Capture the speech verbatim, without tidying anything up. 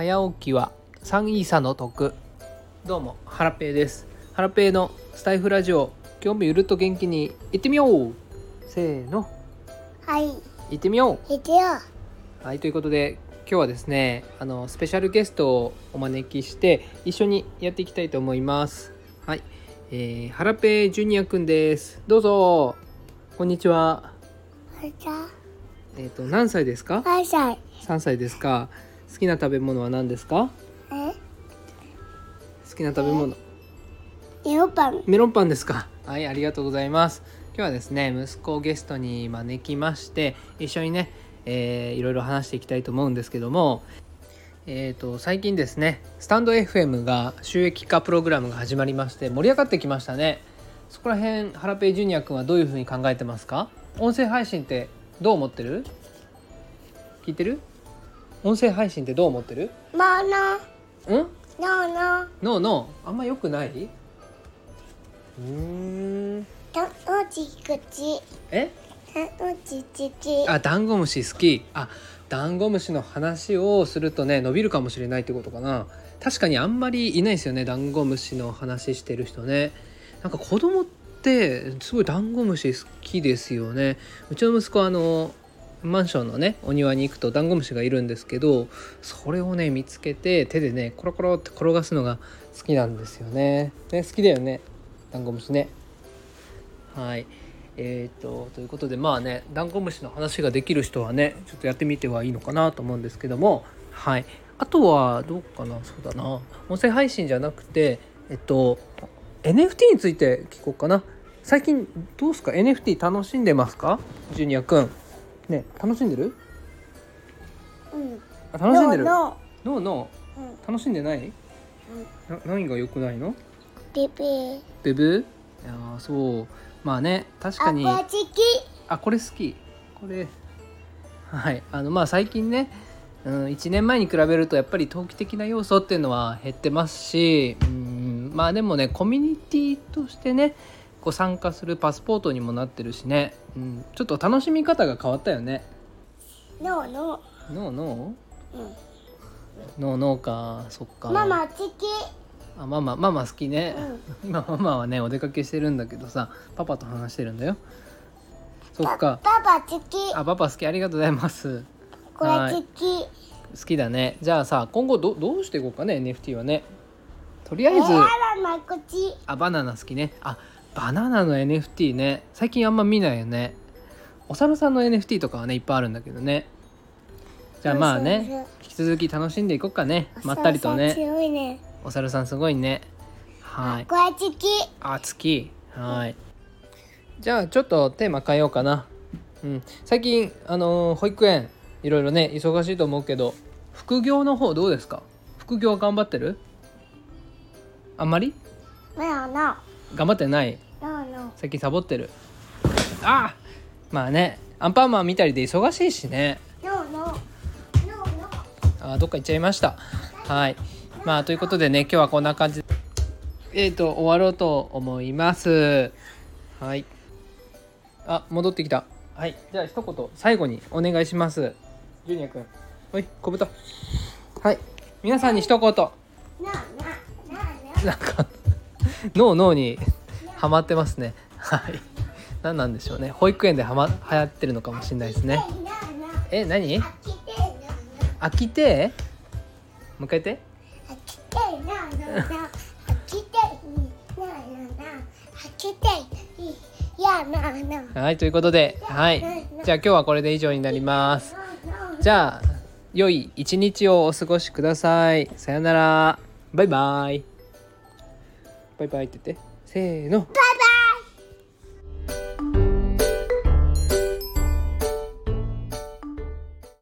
早起きはさんイーサの得。どうもハラペーです。ハラペーのスタイフラジオ、今日もゆるっと元気に行ってみよう。せーの、 はい行ってみよ行くよ。 う。はい、ということで今日はですね、あのスペシャルゲストをお招きして一緒にやっていきたいと思います。はい、えー、ハラページュニアくんです。どうぞ。こんにちは。 はいじゃえっ、と何歳ですか？ はいさいさんさいですか。好きな食べ物は何ですか？ え好きな食べ物、 メロンパン。 メロンパンですか。はい、ありがとうございます。今日はですね、息子をゲストに招きまして一緒にね、えー、いろいろ話していきたいと思うんですけども、えーと最近ですね、スタンド エフエム が収益化プログラムが始まりまして盛り上がってきましたね。そこら辺ハラペイジュニア君はどういうふうに考えてますか？音声配信ってどう思ってる？聞いてる？音声配信ってどう思ってる？ マナうん？ ノーノノーノー、あんま良くない？うーん。 たおちくちえ？ たおちちちあ、ダンゴムシ好き。あ、ダンゴムシの話をするとね伸びるかもしれないってことかな。確かにあんまりいないですよね、ダンゴムシの話してる人ね。なんか子供ってすごいダンゴムシ好きですよね。うちの息子はあのマンションのねお庭に行くとダンゴムシがいるんですけど、それをね見つけて手でねコロコロって転がすのが好きなんですよね。ね、好きだよね、ダンゴムシね。はい、えー、とということでまあね、ダンゴムシの話ができる人はねちょっとやってみてはいいのかなと思うんですけども、はい、あとはどうかな。そうだな、音声配信じゃなくてえっと エヌエフティー について聞こうかな。最近どうですか？ エヌエフティー 楽しんでますか？ジュニアくんね、楽しんでる？ うんあ、楽しんでる？ ノノーノーうんー、楽しんでない？な何が良くないの？ ピピブブー？いやー、そうまあね、確かに。 あこちきあ、これ好き。これはい、あのまあ最近ね、うん、いちねんまえに比べるとやっぱり投機的な要素っていうのは減ってますし、うん、まあでもねコミュニティとしてねこう参加するパスポートにもなってるしね、うん、ちょっと楽しみ方が変わったよね。 ノーノノーノーうんーノーノーか、そっか。 ママちきあ、ママママ好きね、 う今ママはねお出かけしてるんだけどさ、パパと話してるんだよ。そっか。 パパちきあ、パパ好き、ありがとうございます。 これちき好きだね。じゃあさ、今後 ど, どうしていこうかね、 エヌエフティー はね。とりあえず、 えあらまくちあ、バナナ好きね。あ、バナナの エヌエフティー ね、最近あんま見ないよね。お猿さんの エヌエフティー とかはねいっぱいあるんだけどね。じゃあまあね、 そうそう引き続き楽しんでいこうかね、まったりとそうそうね。 強いねお猿さんすごいね。はい。 これちきあ、月。はい。じゃあちょっとテーマ変えようかな。うん、最近あのー保育園いろいろね忙しいと思うけど、副業の方どうですか？副業頑張ってる？あんまりノーノ頑張ってない？ ーノーノー最近サボってる？あ、まあね、アンパンマン見たりで忙しいしね。 ノーノーノーノーあ、どっか行っちゃいました。はい、まあということでね、今日はこんな感じでえーと終わろうと思います。はい、あ、戻ってきた。はい、じゃあ一言最後にお願いします。ジュニア君、はい、小豚。はい、皆さんに一言。 ノーノーノーなんか脳脳にハマってますね。はい、何なんでしょうね、保育園ではま流行ってるのかもしれないですね。え、何？飽きて？もう一回言って。はい、ということで、はい、じゃあ今日はこれで以上になります。じゃあ良い一日をお過ごしください。さよなら。バイバイ。バイバイって言って。せーの。